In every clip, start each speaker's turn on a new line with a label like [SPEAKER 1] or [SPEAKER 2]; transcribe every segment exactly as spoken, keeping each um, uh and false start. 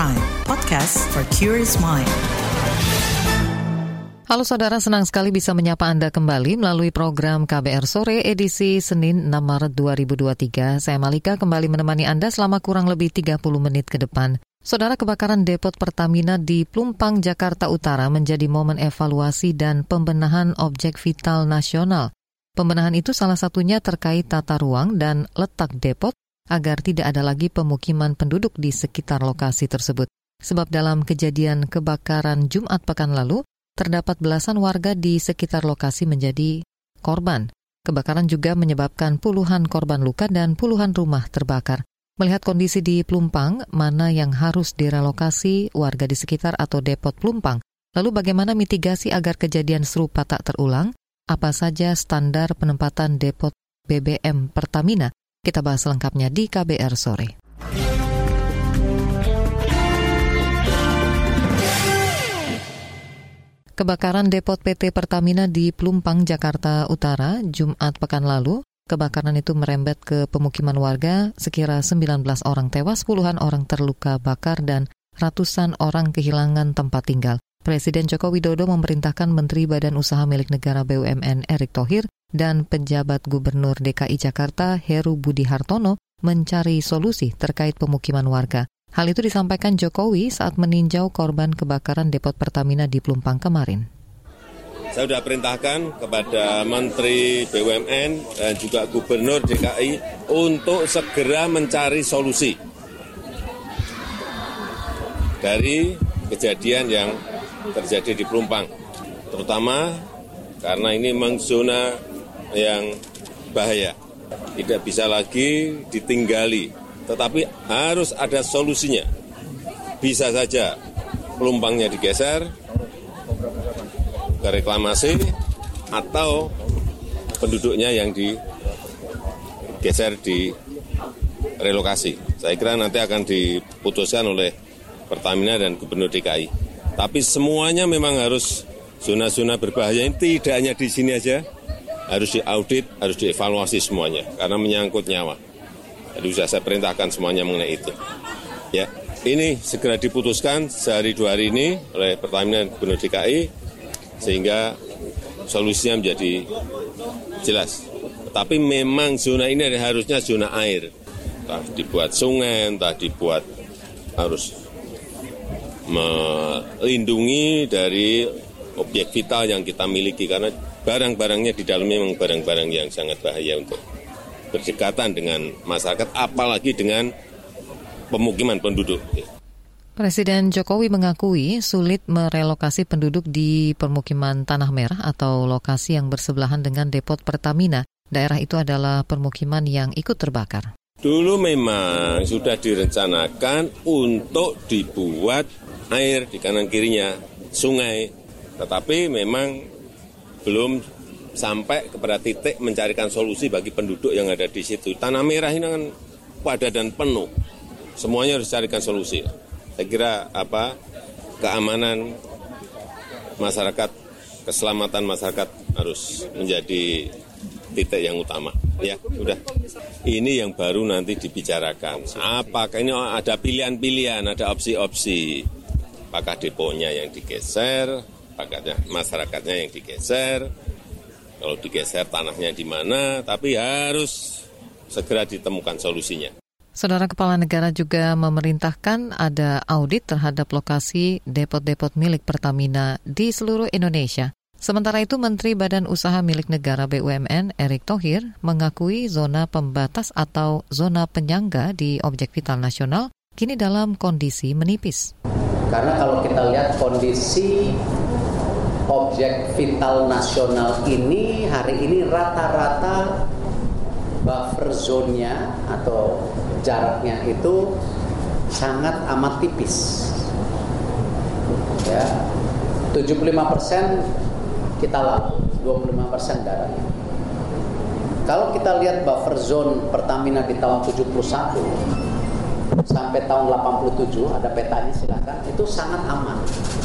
[SPEAKER 1] Prime, podcast for curious mind.
[SPEAKER 2] Halo saudara, senang sekali bisa menyapa Anda kembali melalui program K B R Sore edisi Senin enam Maret dua ribu dua puluh tiga. Saya Malika kembali menemani Anda selama kurang lebih tiga puluh menit ke depan. Saudara, kebakaran depot Pertamina di Plumpang, Jakarta Utara menjadi momen evaluasi dan pembenahan objek vital nasional. Pembenahan itu salah satunya terkait tata ruang dan letak depot agar tidak ada lagi pemukiman penduduk di sekitar lokasi tersebut. Sebab dalam kejadian kebakaran Jumat pekan lalu, terdapat belasan warga di sekitar lokasi menjadi korban. Kebakaran juga menyebabkan puluhan korban luka dan puluhan rumah terbakar. Melihat kondisi di Plumpang, mana yang harus direlokasi warga di sekitar atau depot Plumpang? Lalu bagaimana mitigasi agar kejadian serupa tak terulang? Apa saja standar penempatan depot B B M Pertamina? Kita bahas lengkapnya di K B R Sore. Kebakaran depot P T Pertamina di Plumpang, Jakarta Utara, Jumat pekan lalu. Kebakaran itu merembet ke pemukiman warga, sekira sembilan belas orang tewas, puluhan orang terluka bakar, dan ratusan orang kehilangan tempat tinggal. Presiden Joko Widodo memerintahkan Menteri Badan Usaha Milik Negara B U M N Erick Thohir dan penjabat Gubernur D K I Jakarta Heru Budi Hartono mencari solusi terkait pemukiman warga. Hal itu disampaikan Jokowi saat meninjau korban kebakaran depot Pertamina di Plumpang kemarin.
[SPEAKER 3] Saya sudah perintahkan kepada Menteri B U M N dan juga Gubernur D K I untuk segera mencari solusi dari kejadian yang terjadi di Plumpang, terutama karena ini memang zona yang bahaya, tidak bisa lagi ditinggali, tetapi harus ada solusinya. Bisa saja Plumpangnya digeser ke reklamasi atau penduduknya yang digeser di relokasi. Saya kira nanti akan diputuskan oleh Pertamina dan Gubernur D K I. Tapi semuanya memang harus zona-zona berbahaya ini tidak hanya di sini aja, harus diaudit, harus dievaluasi semuanya karena menyangkut nyawa. Jadi sudah saya perintahkan semuanya mengenai itu. Ya, ini segera diputuskan sehari dua hari ini oleh Pertamina dan Gubernur D K I sehingga solusinya menjadi jelas. Tetapi memang zona ini harusnya zona air. Entah dibuat sungai, entah dibuat harus melindungi dari objek vital yang kita miliki karena barang-barangnya di dalamnya memang barang-barang yang sangat bahaya untuk berdekatan dengan masyarakat, apalagi dengan pemukiman penduduk.
[SPEAKER 2] Presiden Jokowi mengakui sulit merelokasi penduduk di permukiman Tanah Merah atau lokasi yang bersebelahan dengan depot Pertamina. Daerah itu adalah permukiman yang ikut terbakar.
[SPEAKER 3] Dulu memang sudah direncanakan untuk dibuat air di kanan kirinya, sungai. Tetapi memang belum sampai kepada titik mencarikan solusi bagi penduduk yang ada di situ. Tanah Merah ini kan padat dan penuh. Semuanya harus carikan solusi. Saya kira apa keamanan masyarakat, keselamatan masyarakat harus menjadi titik yang utama. Ya, sudah. Ini yang baru nanti dibicarakan. Apakah ini ada pilihan-pilihan, ada opsi-opsi. Apakah deponya yang digeser, apakah masyarakatnya yang digeser. Kalau digeser tanahnya di mana, tapi harus segera ditemukan solusinya.
[SPEAKER 2] Saudara, Kepala Negara juga memerintahkan ada audit terhadap lokasi depot-depot milik Pertamina di seluruh Indonesia. Sementara itu, Menteri Badan Usaha Milik Negara B U M N Erick Thohir mengakui zona pembatas atau zona penyangga di objek vital nasional kini dalam kondisi menipis.
[SPEAKER 4] Karena kalau kita lihat kondisi objek vital nasional ini hari ini rata-rata buffer zone-nya atau jaraknya itu sangat amat tipis. Ya, tujuh puluh lima persen kita laut, dua puluh lima persen daratnya. Kalau kita lihat buffer zone Pertamina di tahun tujuh puluh satu sampai tahun delapan puluh tujuh, ada petanya silakan, itu sangat aman.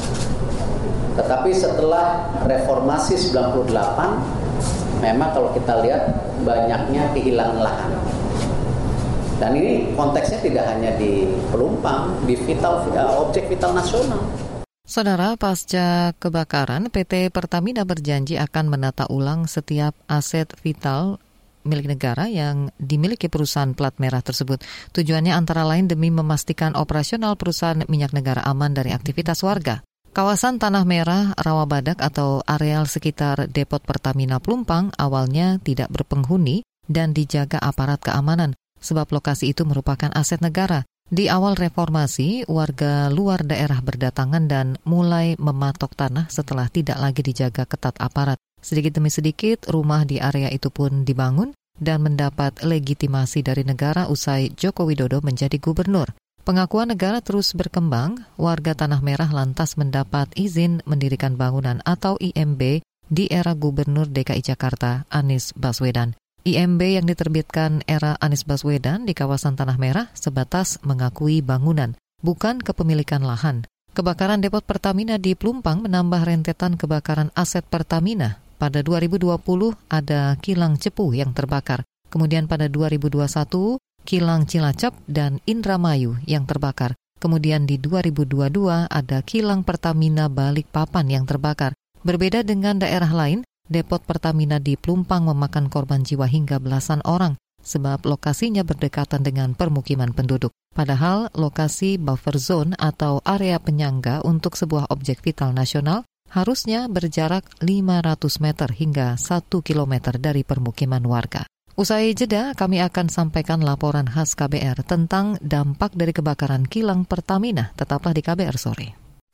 [SPEAKER 4] Tetapi setelah reformasi sembilan puluh delapan, memang kalau kita lihat banyaknya kehilangan lahan. Dan ini konteksnya tidak hanya di Pelumpang, di vital objek vital nasional.
[SPEAKER 2] Saudara, pasca kebakaran, P T Pertamina berjanji akan menata ulang setiap aset vital milik negara yang dimiliki perusahaan plat merah tersebut. Tujuannya antara lain demi memastikan operasional perusahaan minyak negara aman dari aktivitas warga. Kawasan Tanah Merah, Rawabadak atau areal sekitar Depot Pertamina Pelumpang awalnya tidak berpenghuni dan dijaga aparat keamanan, sebab lokasi itu merupakan aset negara. Di awal reformasi, warga luar daerah berdatangan dan mulai mematok tanah setelah tidak lagi dijaga ketat aparat. Sedikit demi sedikit, rumah di area itu pun dibangun dan mendapat legitimasi dari negara usai Joko Widodo menjadi gubernur. Pengakuan negara terus berkembang, warga Tanah Merah lantas mendapat izin mendirikan bangunan atau I M B di era Gubernur D K I Jakarta, Anies Baswedan. I M B yang diterbitkan era Anies Baswedan di kawasan Tanah Merah sebatas mengakui bangunan, bukan kepemilikan lahan. Kebakaran Depot Pertamina di Pelumpang menambah rentetan kebakaran aset Pertamina. Pada dua ribu dua puluh ada kilang Cepu yang terbakar. Kemudian pada dua ribu dua puluh satu, kilang Cilacap dan Indramayu yang terbakar. Kemudian di dua ribu dua puluh dua ada kilang Pertamina Balikpapan yang terbakar. Berbeda dengan daerah lain, Depot Pertamina di Pelumpang memakan korban jiwa hingga belasan orang sebab lokasinya berdekatan dengan permukiman penduduk. Padahal lokasi buffer zone atau area penyangga untuk sebuah objek vital nasional harusnya berjarak lima ratus meter hingga satu kilometer dari permukiman warga. Usai jeda, kami akan sampaikan laporan khas K B R tentang dampak dari kebakaran kilang Pertamina. Tetaplah di K B R Sore.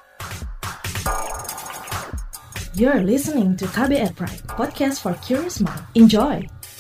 [SPEAKER 1] You're listening to K B R Pride, podcast for curious mind. Enjoy!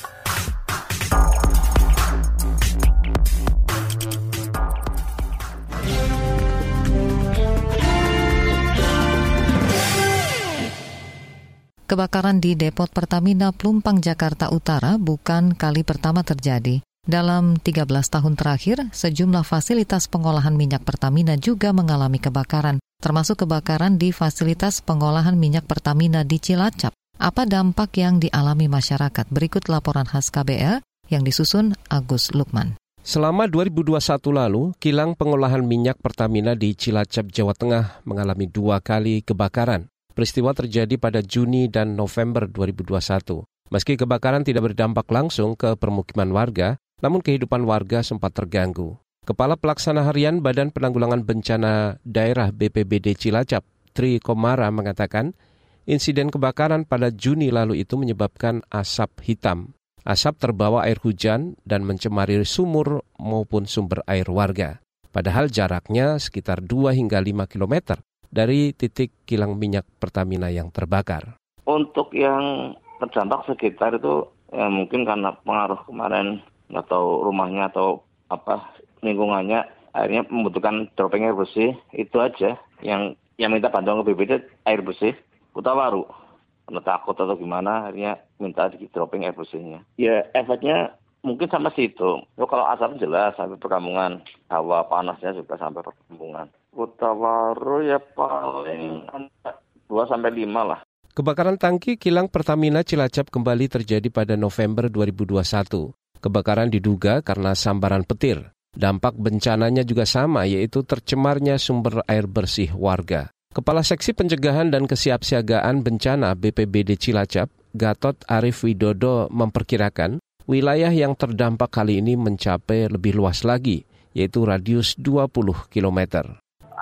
[SPEAKER 2] Kebakaran di Depot Pertamina Pelumpang, Jakarta Utara bukan kali pertama terjadi. Dalam tiga belas tahun terakhir, sejumlah fasilitas pengolahan minyak Pertamina juga mengalami kebakaran, termasuk kebakaran di fasilitas pengolahan minyak Pertamina di Cilacap. Apa dampak yang dialami masyarakat? Berikut laporan khas K B R yang disusun Agus Lukman.
[SPEAKER 5] Selama dua ribu dua puluh satu lalu, kilang pengolahan minyak Pertamina di Cilacap, Jawa Tengah mengalami dua kali kebakaran. Peristiwa terjadi pada Juni dan November dua ribu dua puluh satu. Meski kebakaran tidak berdampak langsung ke permukiman warga, namun kehidupan warga sempat terganggu. Kepala Pelaksana Harian Badan Penanggulangan Bencana Daerah B P B D Cilacap, Tri Komara mengatakan, insiden kebakaran pada Juni lalu itu menyebabkan asap hitam. Asap terbawa air hujan dan mencemari sumur maupun sumber air warga. Padahal jaraknya sekitar dua hingga lima kilometer dari titik kilang minyak Pertamina yang terbakar.
[SPEAKER 6] Untuk yang terdampak sekitar itu ya mungkin karena pengaruh kemarin atau rumahnya atau apa lingkungannya akhirnya membutuhkan dropping air bersih, itu aja yang yang minta bantuan ke B P B D air bersih Kutawaru. Karena takut atau gimana akhirnya minta di dropping air bersihnya. Ya efeknya mungkin sama situ. So, kalau asap jelas sampai perkampungan, hawa panasnya juga sampai perkampungan. Kutawaru ya paling dua sampai lima lah.
[SPEAKER 5] Kebakaran tangki kilang Pertamina Cilacap kembali terjadi pada November dua ribu dua puluh satu. Kebakaran diduga karena sambaran petir. Dampak bencananya juga sama, yaitu tercemarnya sumber air bersih warga. Kepala Seksi Pencegahan dan Kesiapsiagaan Bencana B P B D Cilacap, Gatot Arif Widodo memperkirakan wilayah yang terdampak kali ini mencapai lebih luas lagi, yaitu radius dua puluh kilometer.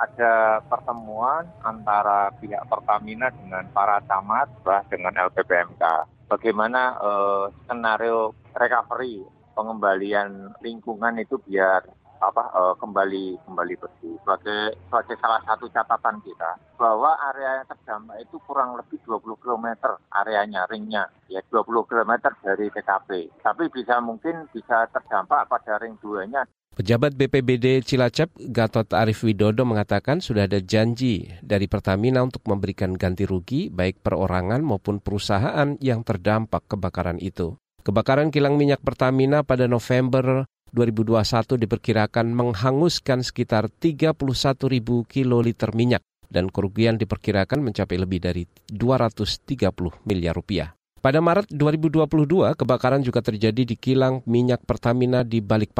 [SPEAKER 7] Ada pertemuan antara pihak Pertamina dengan para camat, dengan L P P M K. Bagaimana eh, skenario recovery, pengembalian lingkungan itu biar apa eh, kembali kembali bersih. Sebagai sebagai salah satu catatan kita bahwa area yang terdampak itu kurang lebih dua puluh kilometer areanya, ringnya, ya dua puluh kilometer dari T K P. Tapi bisa mungkin bisa terdampak pada ring dua-nya.
[SPEAKER 5] Pejabat B P B D Cilacap, Gatot Arif Widodo mengatakan sudah ada janji dari Pertamina untuk memberikan ganti rugi baik perorangan maupun perusahaan yang terdampak kebakaran itu. Kebakaran kilang minyak Pertamina pada November dua ribu dua puluh satu diperkirakan menghanguskan sekitar tiga puluh satu ribu kiloliter minyak dan kerugian diperkirakan mencapai lebih dari dua ratus tiga puluh miliar rupiah. Pada Maret dua ribu dua puluh dua, kebakaran juga terjadi di kilang minyak Pertamina di Balikpapan.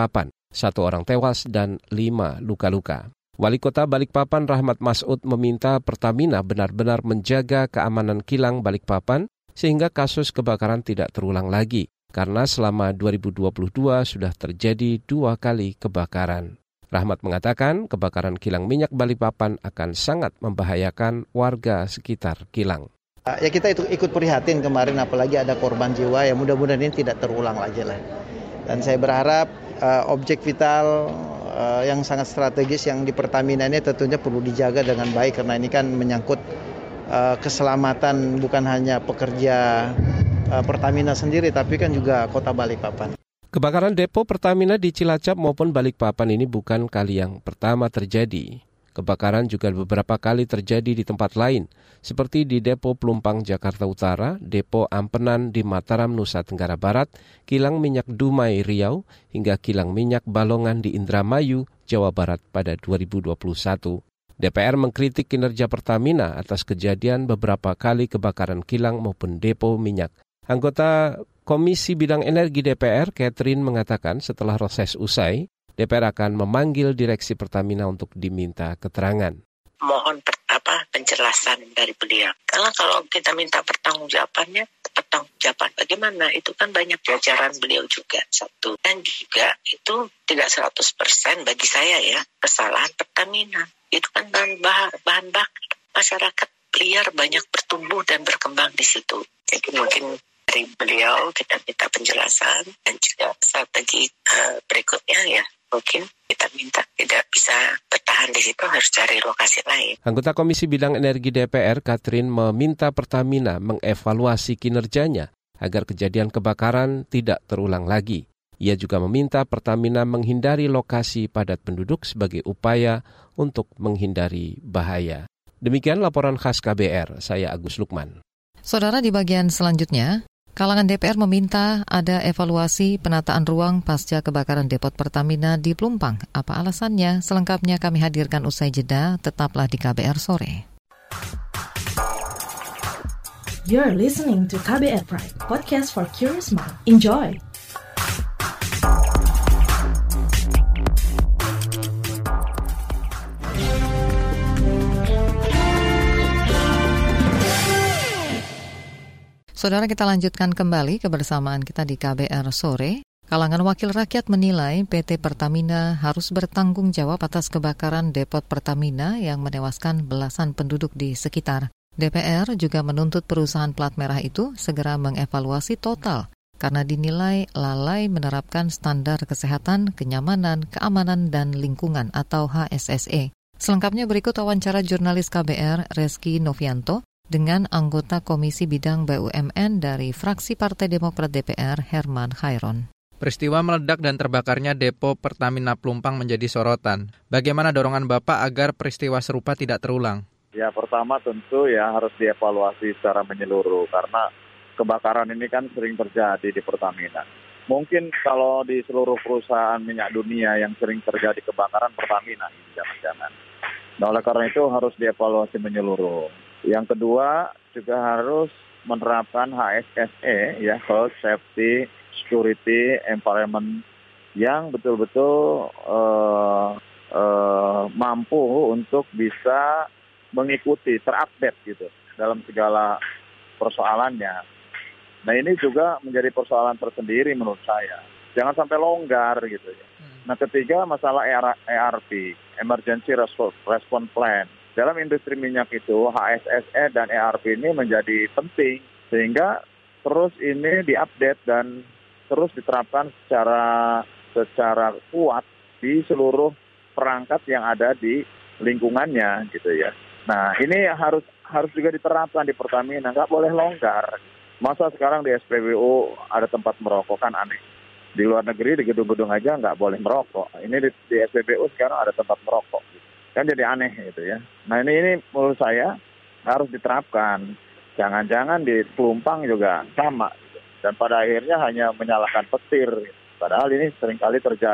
[SPEAKER 5] Satu orang tewas dan lima luka-luka. Wali Kota Balikpapan Rahmat Masud meminta Pertamina benar-benar menjaga keamanan kilang Balikpapan sehingga kasus kebakaran tidak terulang lagi, karena selama dua ribu dua puluh dua sudah terjadi dua kali kebakaran. Rahmat mengatakan kebakaran kilang minyak Balikpapan akan sangat membahayakan warga sekitar kilang.
[SPEAKER 8] Ya kita itu ikut prihatin kemarin, apalagi ada korban jiwa, ya mudah-mudahan ini tidak terulang lagi lah. Dan saya berharap uh, objek vital uh, yang sangat strategis yang di Pertamina ini tentunya perlu dijaga dengan baik, karena ini kan menyangkut uh, keselamatan bukan hanya pekerja uh, Pertamina sendiri, tapi kan juga Kota Balikpapan.
[SPEAKER 5] Kebakaran depo Pertamina di Cilacap maupun Balikpapan ini bukan kali yang pertama terjadi. Kebakaran juga beberapa kali terjadi di tempat lain, seperti di Depo Pelumpang Jakarta Utara, Depo Ampenan di Mataram Nusa Tenggara Barat, kilang minyak Dumai Riau, hingga kilang minyak Balongan di Indramayu, Jawa Barat pada dua ribu dua puluh satu. D P R mengkritik kinerja Pertamina atas kejadian beberapa kali kebakaran kilang maupun depo minyak. Anggota Komisi Bidang Energi D P R, Catherine, mengatakan setelah reses usai, D P R akan memanggil direksi Pertamina untuk diminta keterangan.
[SPEAKER 9] Mohon per, apa penjelasan dari beliau. Karena kalau kita minta pertanggungjawabannya, pertanggungjawaban bagaimana? Itu kan banyak jajaran beliau juga satu. Dan juga itu tidak seratus persen bagi saya ya kesalahan Pertamina. Itu kan bahan bahan, bahan bakar. Masyarakat liar banyak bertumbuh dan berkembang di situ. Jadi mungkin dari beliau kita minta penjelasan dan juga strategi uh, berikutnya ya. Mungkin kita minta tidak bisa bertahan di situ, harus cari lokasi lain.
[SPEAKER 5] Anggota Komisi Bidang Energi D P R, Catherine, meminta Pertamina mengevaluasi kinerjanya agar kejadian kebakaran tidak terulang lagi. Ia juga meminta Pertamina menghindari lokasi padat penduduk sebagai upaya untuk menghindari bahaya. Demikian laporan khas K B R, saya Agus Lukman.
[SPEAKER 2] Saudara, di bagian selanjutnya, kalangan D P R meminta ada evaluasi penataan ruang pasca kebakaran depot Pertamina di Pelumpang. Apa alasannya? Selengkapnya kami hadirkan usai jeda. Tetaplah di K B R Sore.
[SPEAKER 1] You're listening to K B R Pride, podcast for curious mind. Enjoy!
[SPEAKER 2] Saudara, kita lanjutkan kembali kebersamaan kita di K B R Sore. Kalangan wakil rakyat menilai P T Pertamina harus bertanggung jawab atas kebakaran depot Pertamina yang menewaskan belasan penduduk di sekitar. D P R juga menuntut perusahaan plat merah itu segera mengevaluasi total karena dinilai lalai menerapkan standar kesehatan, kenyamanan, keamanan, dan lingkungan atau H S S E. Selengkapnya berikut wawancara jurnalis K B R Reski Novianto dengan anggota Komisi Bidang B U M N dari fraksi Partai Demokrat D P R, Herman Khairon.
[SPEAKER 10] Peristiwa meledak dan terbakarnya depo Pertamina Pelumpang menjadi sorotan. Bagaimana dorongan Bapak agar peristiwa serupa tidak terulang?
[SPEAKER 7] Ya, pertama tentu ya harus dievaluasi secara menyeluruh karena kebakaran ini kan sering terjadi di Pertamina. Mungkin kalau di seluruh perusahaan minyak dunia yang sering terjadi kebakaran Pertamina, jangan-jangan. Nah, oleh karena itu harus dievaluasi menyeluruh. Yang kedua juga harus menerapkan H S S E, ya, Health, Safety, Security, Environment yang betul-betul uh, uh, mampu untuk bisa mengikuti, terupdate gitu dalam segala persoalannya. Nah, ini juga menjadi persoalan tersendiri menurut saya. Jangan sampai longgar gitu ya. Nah, ketiga masalah E R P, Emergency Response Plan. Dalam industri minyak itu H S S E dan E R P ini menjadi penting sehingga terus ini diupdate dan terus diterapkan secara secara kuat di seluruh perangkat yang ada di lingkungannya gitu ya. Nah, ini harus harus juga diterapkan di Pertamina, nggak boleh longgar. Masa sekarang di S P B U ada tempat merokok, kan aneh. Di luar negeri di gedung-gedung aja nggak boleh merokok. Ini di, di S P B U sekarang ada tempat merokok. Kan jadi aneh gitu ya. Nah ini, ini menurut saya harus diterapkan. Jangan-jangan di Pelumpang juga sama. Gitu. Dan pada akhirnya hanya menyalahkan petir. Gitu. Padahal ini seringkali terjadi.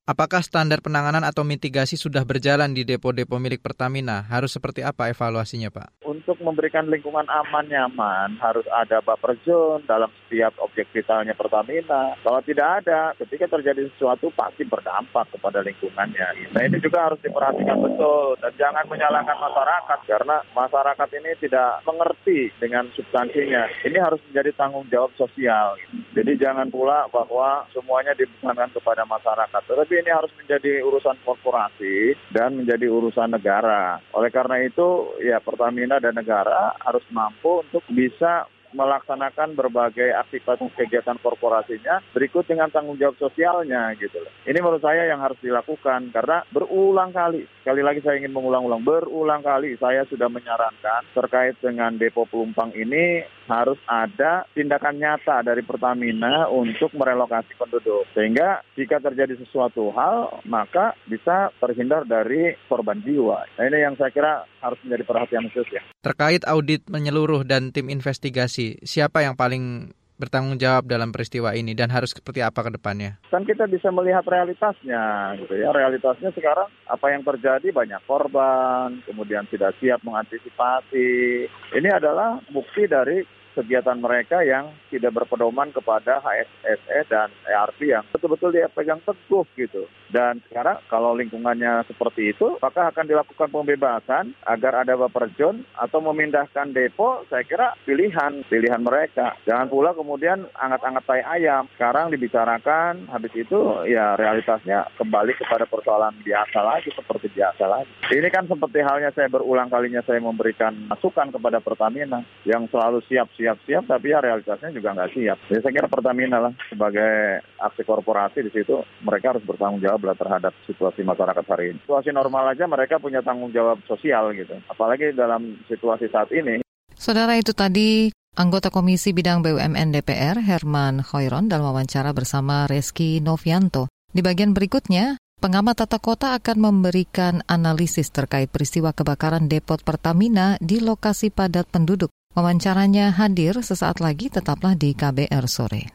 [SPEAKER 10] Apakah standar penanganan atau mitigasi sudah berjalan di depo-depo milik Pertamina? Harus seperti apa evaluasinya, Pak?
[SPEAKER 7] Untuk memberikan lingkungan aman, nyaman, harus ada buffer zone dalam setiap objek vitalnya Pertamina. Kalau tidak ada, ketika terjadi sesuatu pasti berdampak kepada lingkungannya. Nah, ini juga harus diperhatikan betul dan jangan menyalahkan masyarakat karena masyarakat ini tidak mengerti dengan substansinya. Ini harus menjadi tanggung jawab sosial. Jadi jangan pula bahwa semuanya dibebankan kepada masyarakat. Tetapi ini harus menjadi urusan korporasi dan menjadi urusan negara. Oleh karena itu, ya Pertamina dan negara harus mampu untuk bisa melaksanakan berbagai aktivitas kegiatan korporasinya berikut dengan tanggung jawab sosialnya gitu loh. Ini menurut saya yang harus dilakukan karena berulang kali, sekali lagi saya ingin mengulang-ulang, berulang kali saya sudah menyarankan terkait dengan depo Pelumpang ini harus ada tindakan nyata dari Pertamina untuk merelokasi penduduk. Sehingga jika terjadi sesuatu hal, maka bisa terhindar dari korban jiwa. Nah ini yang saya kira harus menjadi perhatian khusus ya.
[SPEAKER 10] Terkait audit menyeluruh dan tim investigasi, siapa yang paling bertanggung jawab dalam peristiwa ini dan harus seperti apa ke depannya?
[SPEAKER 7] Kan kita bisa melihat realitasnya gitu ya. Realitasnya sekarang apa yang terjadi, banyak korban, kemudian tidak siap mengantisipasi. Ini adalah bukti dari kegiatan mereka yang tidak berpedoman kepada H S S E dan E R P yang betul-betul dia pegang teguh gitu. Dan sekarang kalau lingkungannya seperti itu, maka akan dilakukan pembebasan agar ada buffer zone atau memindahkan depo, saya kira pilihan pilihan mereka. Jangan pula kemudian angat-angat tai ayam. Sekarang dibicarakan, habis itu ya realitasnya kembali kepada persoalan biasa lagi, seperti biasa lagi. Ini kan seperti halnya saya berulang kalinya saya memberikan masukan kepada Pertamina yang selalu siap-siap siap-siap, tapi ya realitasnya juga nggak siap. Jadi saya kira Pertamina lah sebagai aksi korporasi di situ, mereka harus bertanggung jawab lah terhadap situasi masyarakat hari ini. Situasi normal aja mereka punya tanggung jawab sosial gitu, apalagi dalam situasi saat ini.
[SPEAKER 2] Saudara, itu tadi anggota Komisi Bidang B U M N D P R Herman Khoiron dalam wawancara bersama Reski Novianto. Di bagian berikutnya, pengamat tata kota akan memberikan analisis terkait peristiwa kebakaran depot Pertamina di lokasi padat penduduk. Wawancaranya hadir sesaat lagi, tetaplah di K B R Sore.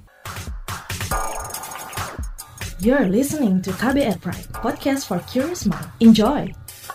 [SPEAKER 1] You're listening to K B R Pride, podcast for curious mind. Enjoy!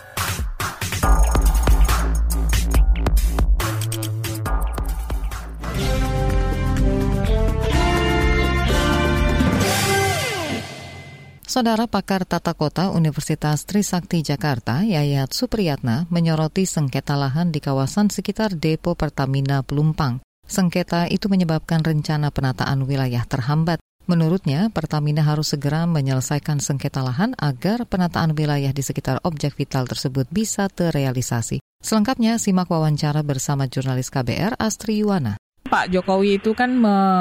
[SPEAKER 1] Saudara, pakar tata kota Universitas Trisakti Jakarta, Yayat Supriyatna, menyoroti sengketa lahan di kawasan sekitar depo Pertamina Pelumpang. Sengketa itu menyebabkan rencana penataan wilayah terhambat. Menurutnya, Pertamina harus segera menyelesaikan sengketa lahan agar penataan wilayah di sekitar objek vital tersebut bisa terrealisasi. Selengkapnya, simak wawancara bersama jurnalis K B R Astri Yuwana.
[SPEAKER 11] Pak Jokowi itu kan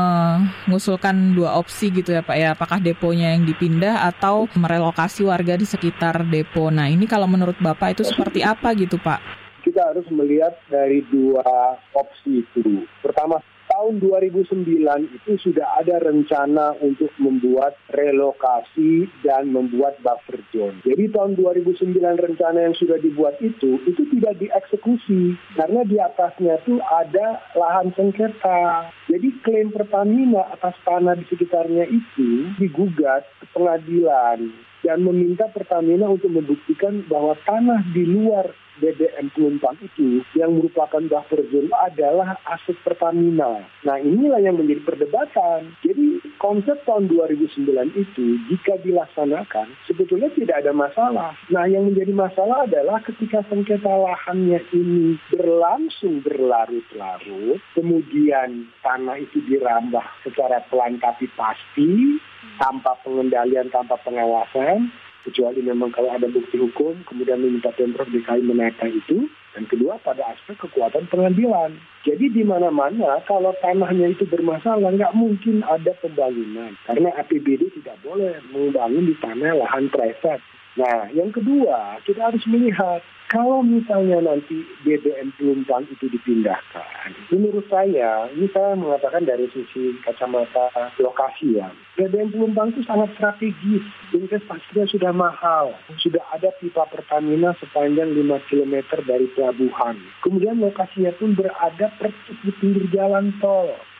[SPEAKER 11] mengusulkan dua opsi gitu ya Pak ya, apakah deponya yang dipindah atau merelokasi warga di sekitar depo. Nah ini kalau menurut Bapak itu seperti apa gitu Pak?
[SPEAKER 12] Kita harus melihat dari dua opsi itu. Pertama, tahun dua ribu sembilan itu sudah ada rencana untuk membuat relokasi dan membuat buffer zone. Jadi tahun dua ribu sembilan rencana yang sudah dibuat itu, itu tidak dieksekusi. Karena di atasnya itu ada lahan sengketa. Jadi klaim Pertamina atas tanah di sekitarnya itu digugat ke pengadilan dan meminta Pertamina untuk membuktikan bahwa tanah di luar B D M Pelumpang itu yang merupakan buffer zone adalah aset Pertamina. Nah inilah yang menjadi perdebatan. Jadi konsep tahun dua ribu sembilan itu jika dilaksanakan sebetulnya tidak ada masalah. Nah yang menjadi masalah adalah ketika sengketa lahannya ini berlangsung berlarut-larut, kemudian tanah itu dirambah secara pelan tapi pasti, tanpa pengendalian, tanpa pengawasan, kecuali memang kalau ada bukti hukum, kemudian meminta Pemprov D K I menata itu. Dan kedua, pada aspek kekuatan pengadilan. Jadi di mana-mana kalau tanahnya itu bermasalah, nggak mungkin ada pembangunan. Karena A P B D tidak boleh membangun di tanah lahan privat. Nah, yang kedua, kita harus melihat, kalau misalnya nanti B D M Pelumpang itu dipindahkan, menurut saya, ini saya mengatakan dari sisi kacamata lokasi ya, B D M Pelumpang itu sangat strategis, investasinya sudah mahal, sudah ada pipa Pertamina sepanjang lima kilometer dari pelabuhan. Kemudian lokasinya pun berada persis di pinggir jalan tol.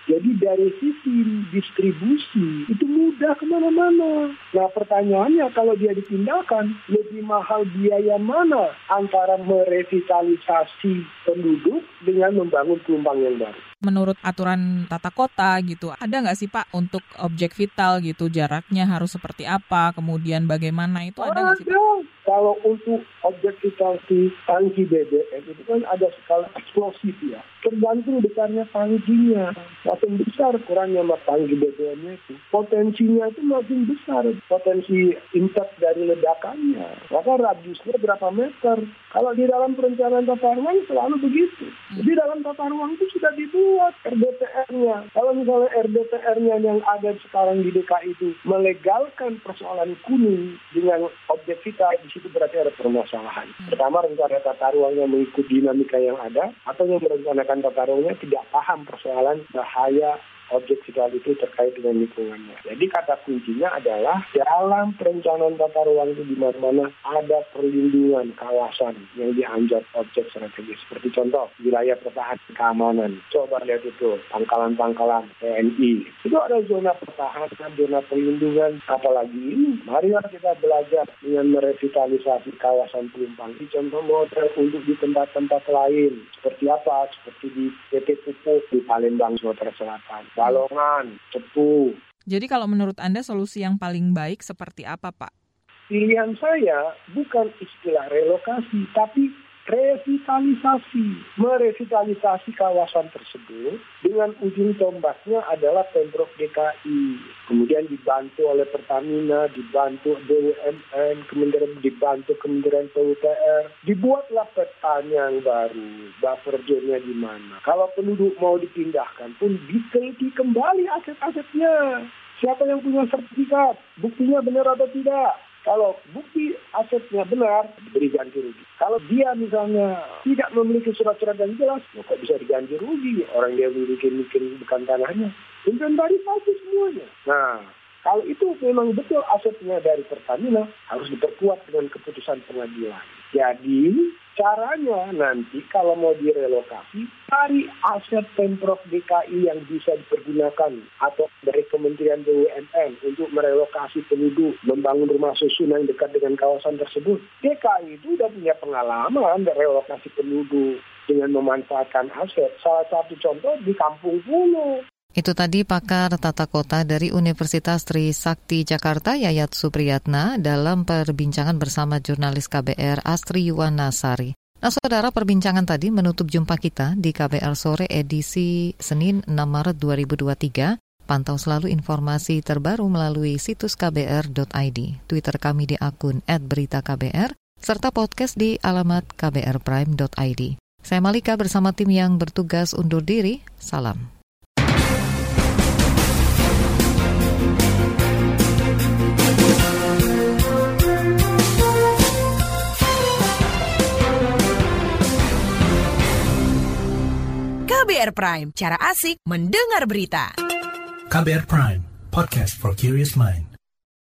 [SPEAKER 12] Jadi dari sisi distribusi itu mudah kemana-mana. Nah pertanyaannya kalau dia dipindahkan, lebih mahal biaya mana antara merevitalisasi penduduk dengan membangun pelumpang yang baru?
[SPEAKER 11] Menurut aturan tata kota gitu, ada nggak sih Pak untuk objek vital gitu, jaraknya harus seperti apa, kemudian bagaimana itu ada nggak sih Pak?
[SPEAKER 12] Kalau untuk objek vital di tangki B B M itu kan ada skala eksplosif ya. Tergantung besarnya tangkinya. Makin besar kurangnya tangki B B M-nya itu. Potensinya itu makin besar. Potensi impact dari ledakannya. Maka radiusnya berapa meter. Kalau di dalam perencanaan tata ruang selalu begitu. Jadi dalam tata ruang itu sudah dibuat R D T R-nya. Kalau misalnya R D T R-nya yang ada sekarang di D K I itu melegalkan persoalan kuning dengan objek vital, di situ berarti ada permasalahan. Pertama, rencana tata ruangnya mengikuti dinamika yang ada, atau yang merencanakan tata ruangnya tidak paham persoalan bahaya objek vital itu terkait dengan lingkungannya. Jadi kata kuncinya adalah dalam perencanaan tata ruang itu di mana-mana ada perlindungan kawasan yang dianjak objek strategis. Seperti contoh wilayah pertahanan keamanan. Coba lihat itu pangkalan-pangkalan T N I. Itu ada zona pertahanan, zona perlindungan. Apalagi ini, marilah kita belajar dengan merevitalisasi kawasan pelumpang. Di contoh model untuk di tempat-tempat lain. Seperti apa? Seperti di P T Pupuk di Palembang, Sumatera Selatan. Balongan, Cepu.
[SPEAKER 11] Jadi kalau menurut Anda solusi yang paling baik seperti apa, Pak?
[SPEAKER 12] Pilihan saya bukan istilah relokasi, tapi revitalisasi. Merevitalisasi kawasan tersebut dengan ujung tombaknya adalah Pemprov D K I. Kemudian dibantu oleh Pertamina, dibantu B U M N, kemudian dibantu Kementerian P U P R. Dibuatlah petanya yang baru, buffer zone-nya di mana. Kalau penduduk mau dipindahkan pun diteliti kembali aset-asetnya. Siapa yang punya sertifikat? Buktinya benar atau tidak? Kalau bukti asetnya benar, diberi ganti rugi. Kalau dia misalnya tidak memiliki surat-surat yang jelas, ya kok bisa diganti rugi? Orang dia bikin-bikin bukan tanahnya. Inventarisasi semuanya. Nah, kalau itu memang betul asetnya dari Pertamina, harus diperkuat dengan keputusan pengadilan. Jadi, caranya nanti kalau mau direlokasi, cari aset Pemprov D K I yang bisa dipergunakan atau dari Kementerian B U M N untuk merelokasi penduduk, membangun rumah susun yang dekat dengan kawasan tersebut. D K I itu sudah punya pengalaman merelokasi penduduk dengan memanfaatkan aset. Salah satu contoh di Kampung Pulo.
[SPEAKER 2] Itu tadi pakar tata kota dari Universitas Trisakti Jakarta, Yayat Supriyatna, dalam perbincangan bersama jurnalis K B R Astri Yuwanasari. Nah, saudara, perbincangan tadi menutup jumpa kita di K B R Sore edisi Senin enam Maret dua ribu dua puluh tiga. Pantau selalu informasi terbaru melalui situs k b r dot i d, Twitter kami di akun et berita k b r, serta podcast di alamat k b r prime dot i d. Saya Malika bersama tim yang bertugas undur diri. Salam.
[SPEAKER 13] K B R Prime, cara asik mendengar berita.
[SPEAKER 14] K B R Prime, podcast for curious mind.